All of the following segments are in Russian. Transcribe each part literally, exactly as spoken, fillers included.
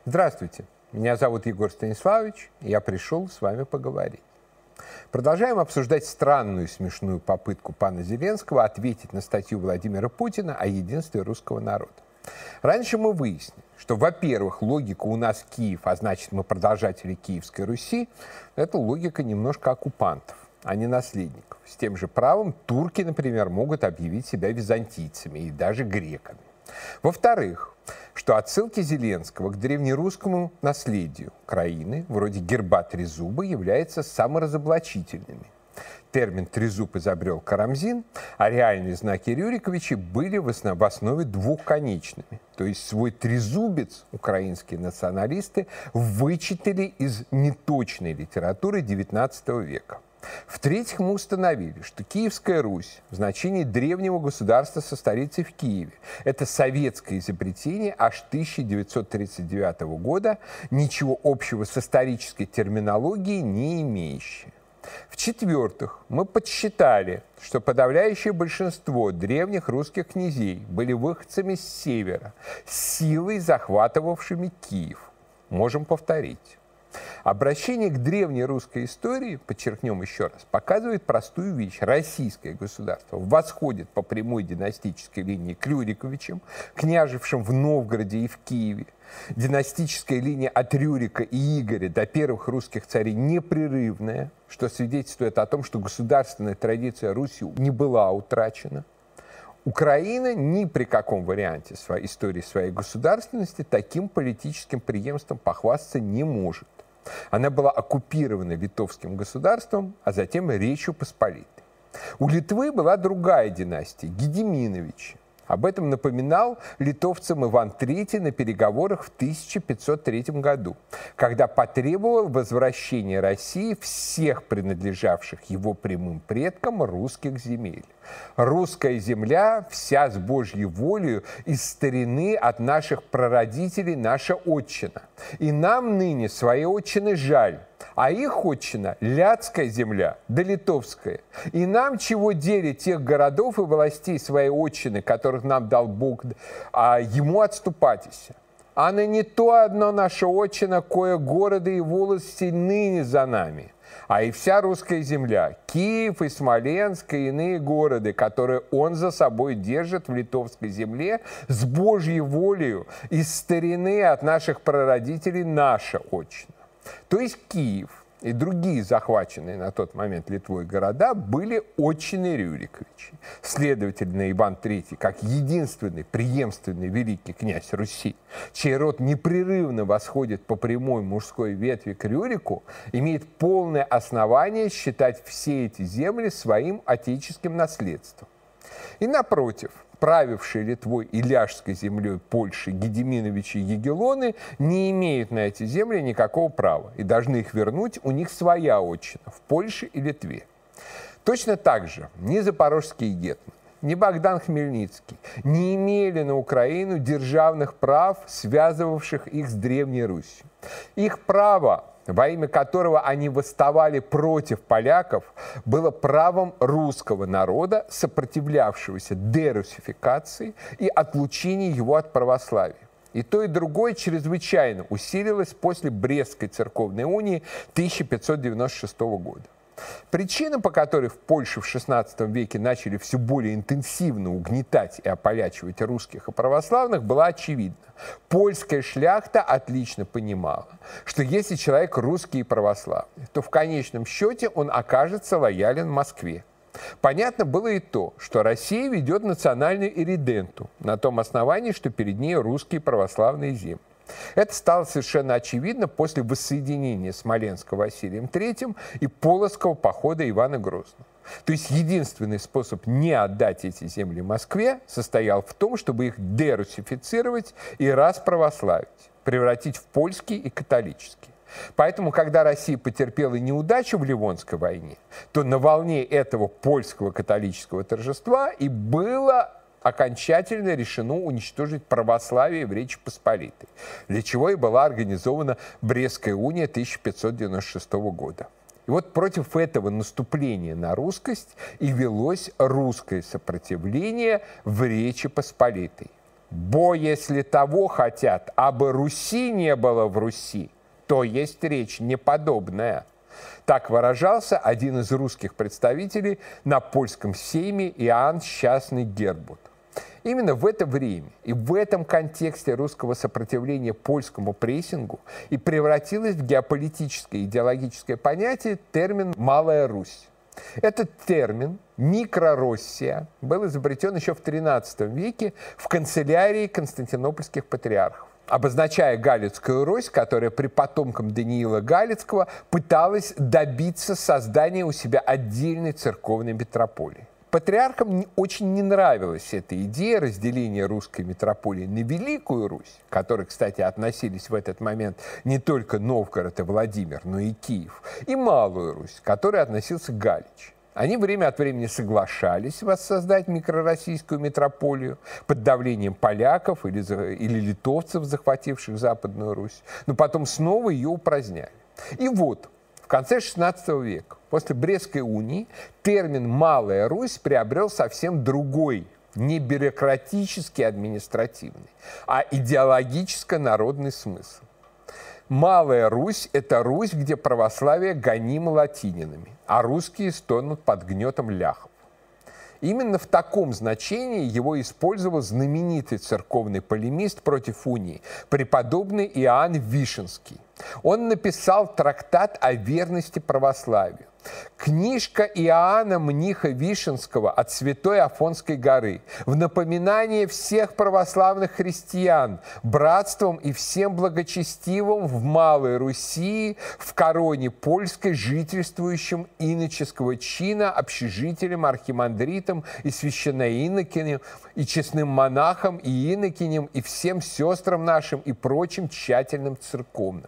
Здравствуйте, меня зовут Егор Станиславович, и я пришел с вами поговорить. Продолжаем обсуждать странную и смешную попытку пана Зеленского ответить на статью Владимира Путина о единстве русского народа. Раньше мы выяснили, что, во-первых, логика «у нас Киев», а значит, мы продолжатели Киевской Руси, это логика немножко оккупантов, а не наследников. С тем же правом турки, например, могут объявить себя византийцами и даже греками. Во-вторых, что отсылки Зеленского к древнерусскому наследию Украины, вроде герба трезуба, являются саморазоблачительными. Термин «трезуб» изобрел Карамзин, а реальные знаки Рюриковича были в основе двухконечными. То есть свой трезубец украинские националисты вычитали из неточной литературы девятнадцатого века. В-третьих, мы установили, что Киевская Русь в значении древнего государства со столицей в Киеве – это советское изобретение аж тысяча девятьсот тридцать девятого года, ничего общего с исторической терминологией не имеющее. В-четвертых, мы подсчитали, что подавляющее большинство древних русских князей были выходцами с севера, силой захватывавшими Киев. Можем повторить. Обращение к древней русской истории, подчеркнем еще раз, показывает простую вещь. Российское государство восходит по прямой династической линии к Рюриковичам, княжившим в Новгороде и в Киеве. Династическая линия от Рюрика и Игоря до первых русских царей непрерывная, что свидетельствует о том, что государственная традиция Руси не была утрачена. Украина ни при каком варианте своей истории своей государственности таким политическим преемством похвастаться не может. Она была оккупирована литовским государством, а затем Речью Посполитой. У Литвы была другая династия – Гедеминовичи. Об этом напоминал литовцам Иван Третий на переговорах в тысяча пятьсот третьем году, когда потребовал возвращения России всех принадлежавших его прямым предкам русских земель. Русская земля вся с Божьей волею из старины от наших прародителей наша отчина. И нам ныне своей отчины жаль, а их отчина – ляцкая земля, да литовская. И нам чего делить тех городов и властей своей отчины, которых нам дал Бог, а ему отступатися. А ныне то одно наша отчина, кое города и волости ныне за нами. А и вся русская земля, Киев и Смоленск и иные города, которые он за собой держит в литовской земле, с Божьей волею из старины от наших прародителей наша отчина. То есть Киев и другие захваченные на тот момент Литвой города были отчины Рюриковичей. Следовательно, Иван Третий, как единственный преемственный великий князь Руси, чей род непрерывно восходит по прямой мужской ветви к Рюрику, имеет полное основание считать все эти земли своим отеческим наследством. И напротив, правившие Литвой и Ляжской землей Польши Гедеминовичи и Егелоны не имеют на эти земли никакого права и должны их вернуть, у них своя отчина в Польше и Литве. Точно так же ни запорожские гетманы, ни Богдан Хмельницкий не имели на Украину державных прав, связывавших их с Древней Русью. Их право, во имя которого они восставали против поляков, было правом русского народа, сопротивлявшегося дерусификации и отлучению его от православия. И то, и другое чрезвычайно усилилось после Брестской церковной унии тысяча пятьсот девяносто шестого года. Причина, по которой в Польше в шестнадцатом веке начали все более интенсивно угнетать и ополячивать русских и православных, была очевидна. Польская шляхта отлично понимала, что если человек русский и православный, то в конечном счете он окажется лоялен Москве. Понятно было и то, что Россия ведет национальную ириденту на том основании, что перед ней русские православные земли. Это стало совершенно очевидно после воссоединения Смоленска Василием Третьим и Полоцкого похода Ивана Грозного. То есть единственный способ не отдать эти земли Москве состоял в том, чтобы их дерусифицировать и расправославить, превратить в польские и католические. Поэтому, когда Россия потерпела неудачу в Ливонской войне, то на волне этого польского католического торжества и было окончательно решено уничтожить православие в Речи Посполитой, для чего и была организована Брестская уния тысяча пятьсот девяносто шестого года. И вот против этого наступления на русскость и велось русское сопротивление в Речи Посполитой. «Бо, если того хотят, абы Руси не было в Руси, то есть речь неподобная». Так выражался один из русских представителей на польском сейме Иоанн Счастный Гербут. Именно в это время и в этом контексте русского сопротивления польскому прессингу и превратилось в геополитическое и идеологическое понятие термин «Малая Русь». Этот термин «микророссия» был изобретен еще в тринадцатом веке в канцелярии константинопольских патриархов, обозначая Галицкую Русь, которая при потомкам Даниила Галицкого пыталась добиться создания у себя отдельной церковной митрополии. Патриархам очень не нравилась эта идея разделения русской митрополии на Великую Русь, к которой, кстати, относились в этот момент не только Новгород и Владимир, но и Киев, и Малую Русь, к которой относился Галич. Они время от времени соглашались воссоздать микророссийскую митрополию под давлением поляков или, или литовцев, захвативших Западную Русь, но потом снова ее упраздняли. И вот, в конце шестнадцатого века, после Брестской унии, термин «Малая Русь» приобрел совсем другой, не бюрократический административный, а идеологическо-народный смысл. Малая Русь – это Русь, где православие гонимо латининами, а русские стонут под гнетом ляхов. Именно в таком значении его использовал знаменитый церковный полемист против унии, преподобный Иоанн Вишенский. Он написал трактат о верности православию. Книжка Иоанна Мниха Вишенского «От Святой Афонской горы» в напоминание всех православных христиан братством и всем благочестивым в Малой Руси, в короне польской, жительствующим иноческого чина, общежителем, архимандритом и священноинокинем, и честным монахом, и инокинем, и всем сестрам нашим, и прочим тщательным церковным.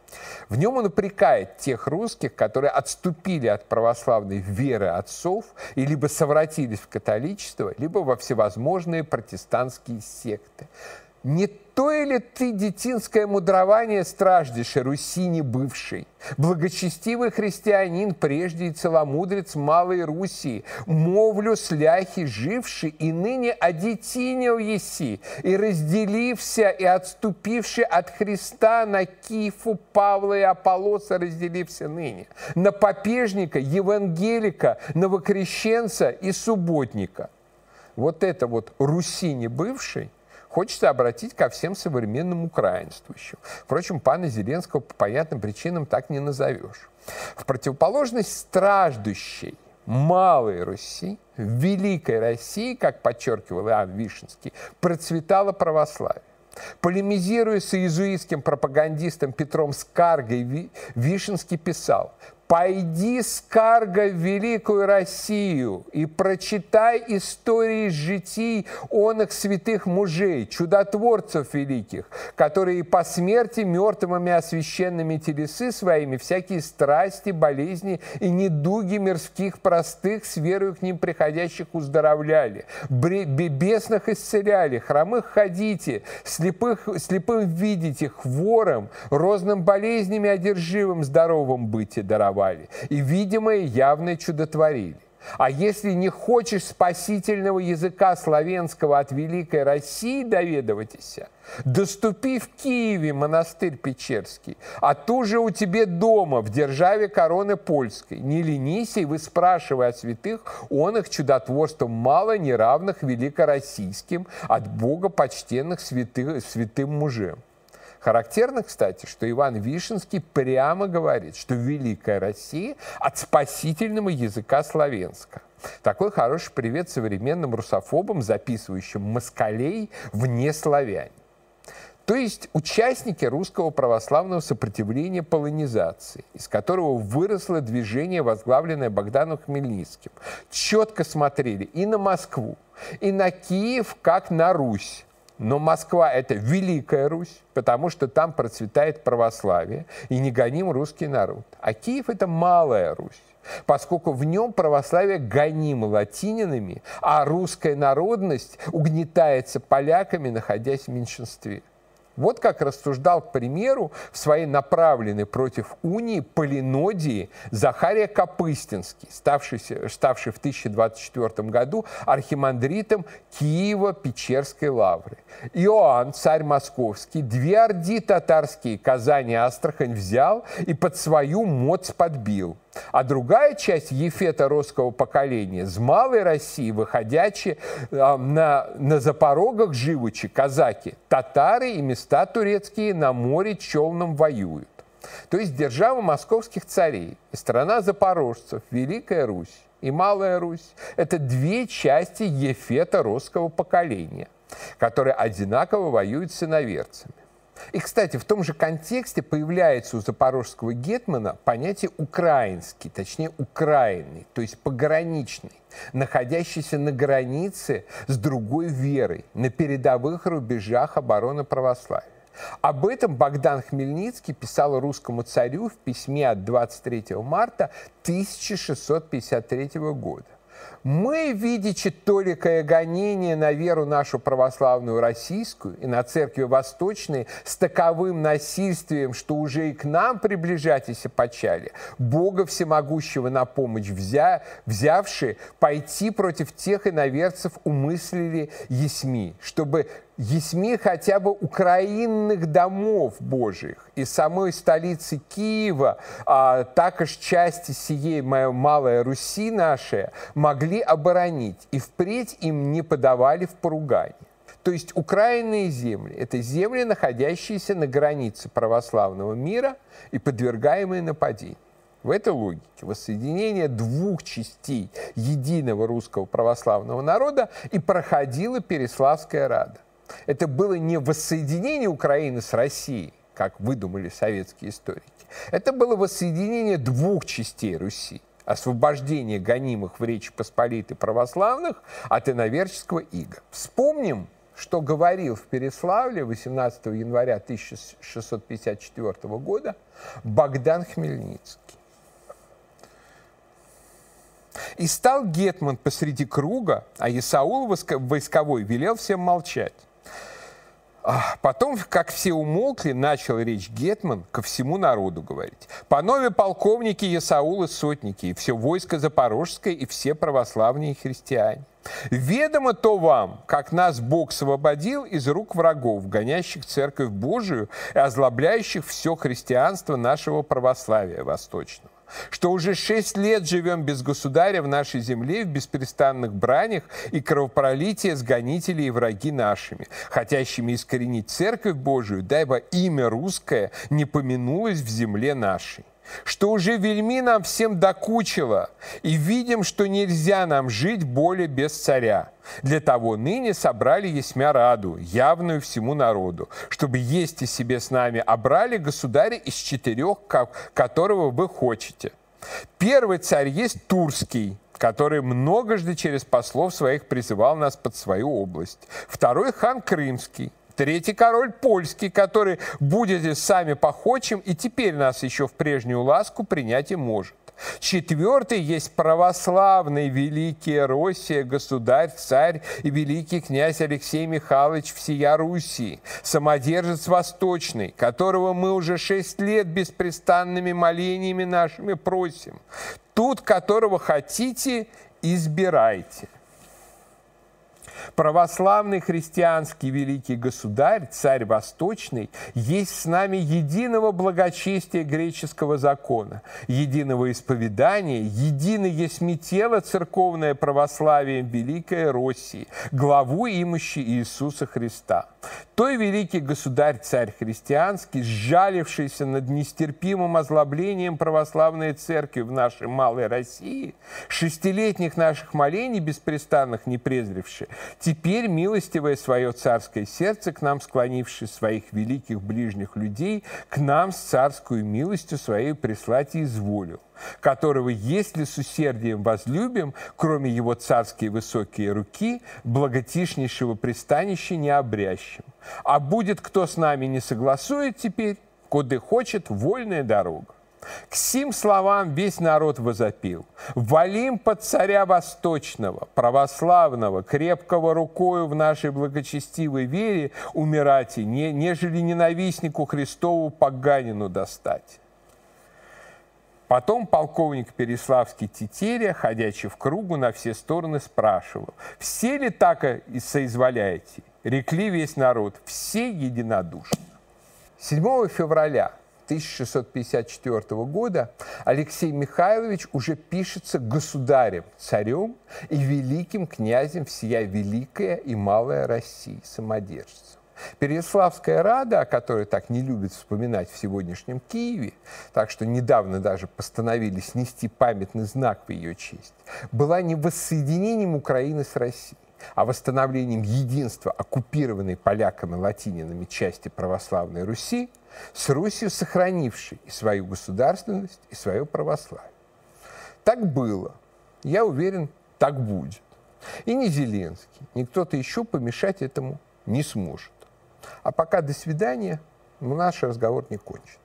В нем он упрекает тех русских, которые отступили от православной веры отцов и либо совратились в католичество, либо во всевозможные протестантские секты. Не то ли ты, детинское мудрование, страждешь Руси не бывшей, благочестивый христианин, прежде и целомудрец Малой Руси, мовлю сляхи живший, и ныне одетинил еси, и разделився, и отступивший от Христа на Кифу, Павла и Аполлоса разделився ныне, на попежника, евангелика, новокрещенца и субботника». Вот это вот Руси не бывшей хочется обратить ко всем современным украинствующим. Впрочем, пана Зеленского по понятным причинам так не назовешь. В противоположность страждущей Малой Руси, в Великой России, как подчеркивал Иоанн Вишенский, процветало православие. Полемизируя с иезуитским пропагандистом Петром Скаргой, Вишенский писал: «Пойди, Скарга, в Великую Россию и прочитай истории житий оных святых мужей, чудотворцев великих, которые по смерти мертвыми освященными телесы своими всякие страсти, болезни и недуги мирских простых с верою к ним приходящих уздоровляли, бесных исцеляли, хромых ходите, слепых, слепым видите, хворым, розным болезнями одерживым здоровым быте даровали, и видимое явное чудотворили. А если не хочешь спасительного языка славянского от Великой России доведыватися, доступи в Киеве монастырь Печерский, а ту же у тебе дома в державе короны польской. Не ленись и выспрашивай от святых он их чудотворством мало неравных великороссийским от Бога почтенных святых, святым мужем». Характерно, кстати, что Иван Вишенский прямо говорит, что Великая Россия от спасительного языка славянска. Такой хороший привет современным русофобам, записывающим москалей вне славяне. То есть участники русского православного сопротивления полонизации, из которого выросло движение, возглавленное Богданом Хмельницким, четко смотрели и на Москву, и на Киев, как на Русь. Но Москва – это Великая Русь, потому что там процветает православие и не гоним русский народ. А Киев – это Малая Русь, поскольку в нем православие гонимо латининами, а русская народность угнетается поляками, находясь в меньшинстве. Вот как рассуждал, к примеру, в своей направленной против унии полинодии Захария Капыстинский, ставший, ставший в тысяча двадцать четвёртом году архимандритом Киево-Печерской лавры. Иоанн, царь московский, две орди татарские, Казань и Астрахань, взял и под свою моц подбил. А другая часть ефета росского поколения с малой России, выходячи э, на, на запорогах живучи, казаки, татары и места турецкие на море челном воюют. То есть держава московских царей и страна запорожцев, Великая Русь и Малая Русь – это две части ефета росского поколения, которые одинаково воюют с иноверцами. И, кстати, в том же контексте появляется у запорожского гетмана понятие «украинский», точнее «украинный», то есть пограничный, находящийся на границе с другой верой, на передовых рубежах обороны православия. Об этом Богдан Хмельницкий писал русскому царю в письме от двадцать третьего марта тысяча шестьсот пятьдесят третьего года. «Мы, видячи толикое гонение на веру нашу православную российскую и на церкви восточные с таковым насильствием, что уже и к нам приближатися почали, Бога всемогущего на помощь взя, взявши, пойти против тех иноверцев умыслили есми, чтобы есми хотя бы украинных домов Божиих и самой столицы Киева, а також части сией моя малая Руси нашая, могли оборонить и впредь им не подавали в поругание». То есть украинные земли – это земли, находящиеся на границе православного мира и подвергаемые нападению. В этой логике воссоединение двух частей единого русского православного народа и проходила Переславская Рада. Это было не воссоединение Украины с Россией, как выдумали советские историки. Это было воссоединение двух частей Руси. Освобождение гонимых в Речи Посполитой православных от иноверческого ига. Вспомним, что говорил в Переславле восемнадцатого января тысяча шестьсот пятьдесят четвёртого года Богдан Хмельницкий. «И стал гетман посреди круга, а Исаул войсковой велел всем молчать. Потом, как все умолкли, начал речь гетман ко всему народу говорить. Панове полковники Исаул и сотники, и все войско запорожское, и все православные христиане. Ведомо то вам, как нас Бог освободил из рук врагов, гонящих церковь Божию и озлобляющих все христианство нашего православия восточного. Что уже шесть лет живем без государя в нашей земле в беспрестанных бранях и кровопролитии с гонителей и враги нашими, хотящими искоренить церковь Божию, дабы имя русское не помянулось в земле нашей. Что уже вельми нам всем докучило, и видим, что нельзя нам жить более без царя. Для того ныне собрали есмя раду, явную всему народу, чтобы есть и себе с нами обрали государя из четырех, которого вы хотите. Первый царь есть Турский, который многожды через послов своих призывал нас под свою область. Второй хан Крымский. Третий король польский, который, будете сами похочем, и теперь нас еще в прежнюю ласку принять и может. Четвертый есть православный великий Россия, государь, царь и великий князь Алексей Михайлович всея Руси, самодержец восточный, которого мы уже шесть лет беспрестанными молениями нашими просим. Тут, которого хотите, избирайте. Православный христианский великий государь, царь восточный, есть с нами единого благочестия греческого закона, единого исповедания, едино есмь тело церковное православием Великой России, главу имущи Иисуса Христа. Той великий государь, царь христианский, сжалившийся над нестерпимым озлоблением православной церкви в нашей малой России, шестилетних наших молений беспрестанных не презревши, теперь, милостивое свое царское сердце, к нам склонивши своих великих ближних людей, к нам с царскую милостью своей прислать и изволил, которого, если с усердием возлюбим, кроме его царские высокие руки, благотишнейшего пристанища не обрящем. А будет кто с нами не согласует теперь, куда хочет, вольная дорога. К сим словам весь народ возопил: «Валим под царя Восточного, православного, крепкого рукою в нашей благочестивой вере умирать, и не, нежели ненавистнику Христову поганину достать». Потом полковник Переславский Тетеря, ходячи в кругу, на все стороны спрашивал: «Все ли так и соизволяете?» Рекли весь народ: «Все единодушно». седьмого февраля тысяча шестьсот пятьдесят четвёртого года Алексей Михайлович уже пишется государем, царем и великим князем всея Великая и Малая России, самодержцем. Переяславская рада, о которой так не любят вспоминать в сегодняшнем Киеве, так что недавно даже постановили снести памятный знак в ее честь, была не воссоединением Украины с Россией, а восстановлением единства оккупированной поляками латининами части православной Руси с Русью, сохранившей и свою государственность, и свое православие. Так было. Я уверен, так будет. И ни Зеленский, ни кто-то еще помешать этому не сможет. А пока до свидания, наш разговор не кончен.